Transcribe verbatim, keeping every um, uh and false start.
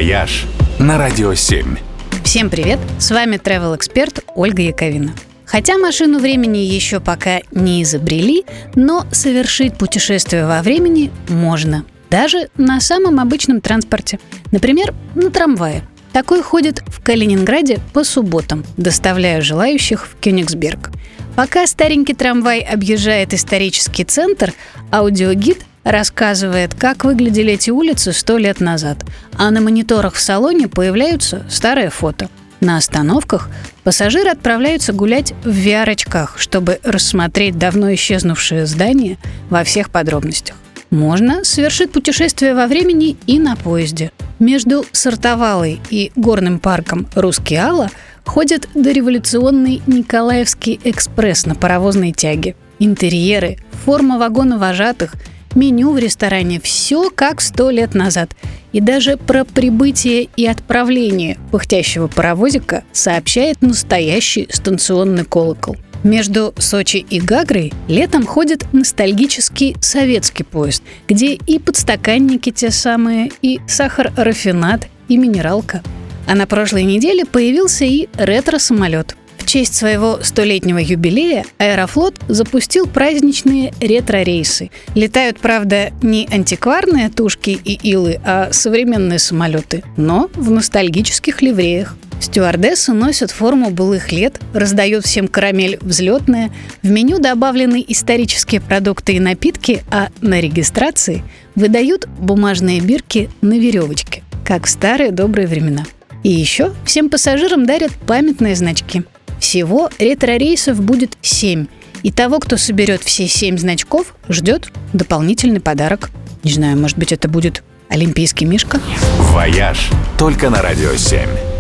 «Вояж» на Радио семь. Всем привет! С вами travel-эксперт Ольга Яковина. Хотя машину времени еще пока не изобрели, но совершить путешествие во времени можно. Даже на самом обычном транспорте. Например, на трамвае. Такой ходит в Калининграде по субботам, доставляя желающих в Кёнигсберг. Пока старенький трамвай объезжает исторический центр, аудиогид рассказывает, как выглядели эти улицы сто лет назад, а на мониторах в салоне появляются старые фото. На остановках пассажиры отправляются гулять в ви ар-очках, чтобы рассмотреть давно исчезнувшие здания во всех подробностях. Можно совершить путешествие во времени и на поезде. Между Сартовалой и горным парком Русский Алла ходит дореволюционный Николаевский экспресс на паровозной тяге. Интерьеры, форма вагона вожатых, меню в ресторане – все как сто лет назад. И даже про прибытие и отправление пыхтящего паровозика сообщает настоящий станционный колокол. Между Сочи и Гагрой летом ходит ностальгический советский поезд, где и подстаканники те самые, и сахар-рафинад, и минералка. А на прошлой неделе появился и ретро-самолет. В честь своего столетнего юбилея Аэрофлот запустил праздничные ретро-рейсы. Летают, правда, не антикварные тушки и илы, а современные самолеты, но в ностальгических ливреях. Стюардессы носят форму былых лет, раздают всем карамель взлетная, в меню добавлены исторические продукты и напитки, а на регистрации выдают бумажные бирки на веревочке, как в старые добрые времена. И еще всем пассажирам дарят памятные значки. Всего ретро-рейсов будет семь, и того, кто соберет все семь значков, ждет дополнительный подарок. Не знаю, может быть, это будет олимпийский мишка? «Вояж» только на Радио семь.